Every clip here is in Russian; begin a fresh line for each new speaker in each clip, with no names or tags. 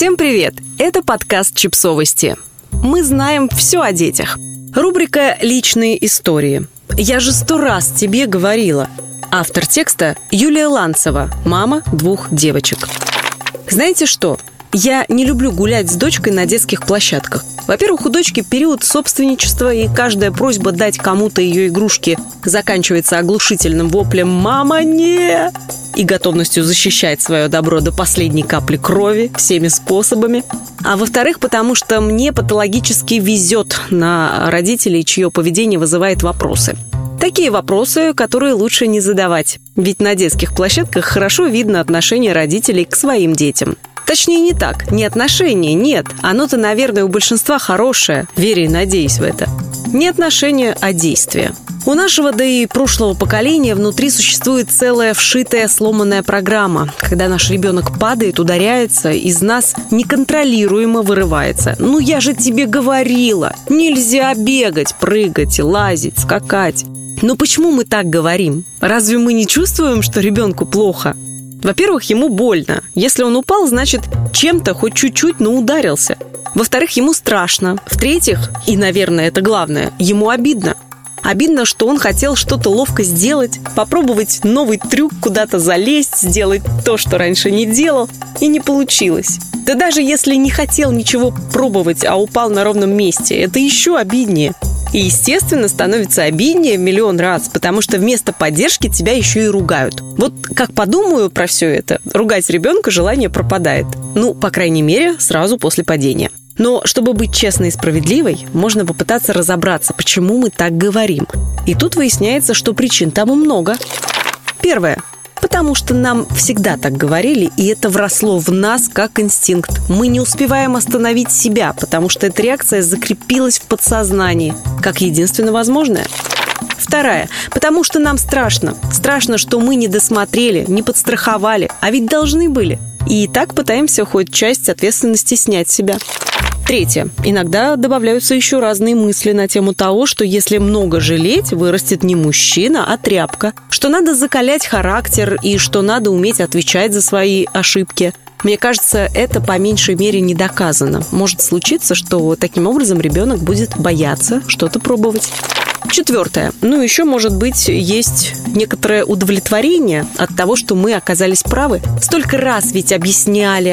Всем привет! Это подкаст «Чипсовости». Мы знаем все о детях. Рубрика «Личные истории». Я же 100 раз тебе говорила. Автор текста Юлия Ланцева, мама 2 девочек. Знаете что? Я не люблю гулять с дочкой на детских площадках. Во-первых, у дочки период собственничества, и каждая просьба дать кому-то ее игрушки заканчивается оглушительным воплем «Мама, не!» и готовностью защищать свое добро до последней капли крови всеми способами. А во-вторых, потому что мне патологически везет на родителей, чье поведение вызывает вопросы. Такие вопросы, которые лучше не задавать. Ведь на детских площадках хорошо видно отношение родителей к своим детям. Точнее, не так. Не отношение, нет. Оно-то, наверное, у большинства хорошее. Верю и надеюсь в это. Не отношение, а действие. У нашего, да и прошлого поколения внутри существует целая вшитая сломанная программа. Когда наш ребенок падает, ударяется, из нас неконтролируемо вырывается. «Ну я же тебе говорила! Нельзя бегать, прыгать, лазить, скакать!» Но почему мы так говорим? Разве мы не чувствуем, что ребенку плохо? Во-первых, ему больно. Если он упал, значит, чем-то хоть чуть-чуть, но ударился. Во-вторых, ему страшно. В-третьих, и, наверное, это главное, ему обидно. Обидно, что он хотел что-то ловко сделать, попробовать новый трюк, куда-то залезть, сделать то, что раньше не делал, и не получилось. Да даже если не хотел ничего пробовать, а упал на ровном месте, это еще обиднее. И, естественно, становится обиднее в миллион раз, потому что вместо поддержки тебя еще и ругают. Вот как подумаю про все это, ругать ребенка желание пропадает. Ну, по крайней мере, сразу после падения. Но чтобы быть честной и справедливой, можно попытаться разобраться, почему мы так говорим. И тут выясняется, что причин тому много. Первое. Потому что нам всегда так говорили, и это вросло в нас как инстинкт. Мы не успеваем остановить себя, потому что эта реакция закрепилась в подсознании, как единственно возможное. Вторая. Потому что нам страшно. Страшно, что мы не досмотрели, не подстраховали, а ведь должны были. И так пытаемся хоть часть ответственности снять с себя. Третье. Иногда добавляются еще разные мысли на тему того, что если много жалеть, вырастет не мужчина, а тряпка. Что надо закалять характер и что надо уметь отвечать за свои ошибки. Мне кажется, это по меньшей мере не доказано. Может случиться, что таким образом ребенок будет бояться что-то пробовать. Четвертое. Еще, может быть, есть некоторое удовлетворение от того, что мы оказались правы. Столько раз ведь объясняли,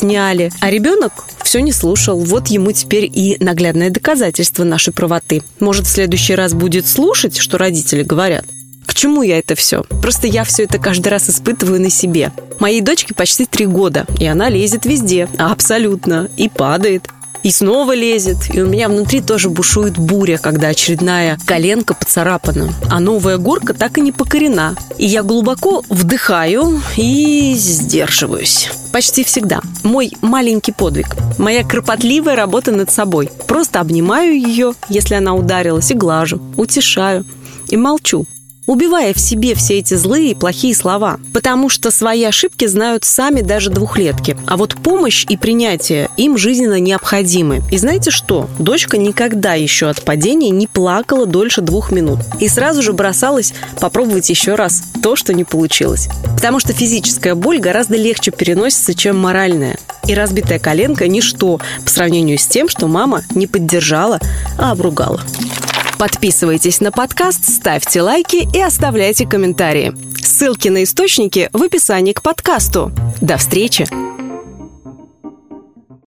а ребенок все не слушал. Вот ему теперь и наглядное доказательство нашей правоты. Может, в следующий раз будет слушать, что родители говорят? К чему я это все? Просто я все это каждый раз испытываю на себе. Моей дочке почти 3 года, и она лезет везде, абсолютно, и падает. И снова лезет, и у меня внутри тоже бушует буря, когда очередная коленка поцарапана, а новая горка так и не покорена. И я глубоко вдыхаю и сдерживаюсь. Почти всегда. Мой маленький подвиг, моя кропотливая работа над собой. Просто обнимаю ее, если она ударилась, и глажу, утешаю и молчу, убивая в себе все эти злые и плохие слова. Потому что свои ошибки знают сами даже 2-летки. А вот помощь и принятие им жизненно необходимы. И знаете что? Дочка никогда еще от падения не плакала дольше 2 минут. И сразу же бросалась попробовать еще раз то, что не получилось. Потому что физическая боль гораздо легче переносится, чем моральная. И разбитая коленка – ничто по сравнению с тем, что мама не поддержала, а обругала. Подписывайтесь на подкаст, ставьте лайки и оставляйте комментарии. Ссылки на источники в описании к подкасту. До встречи!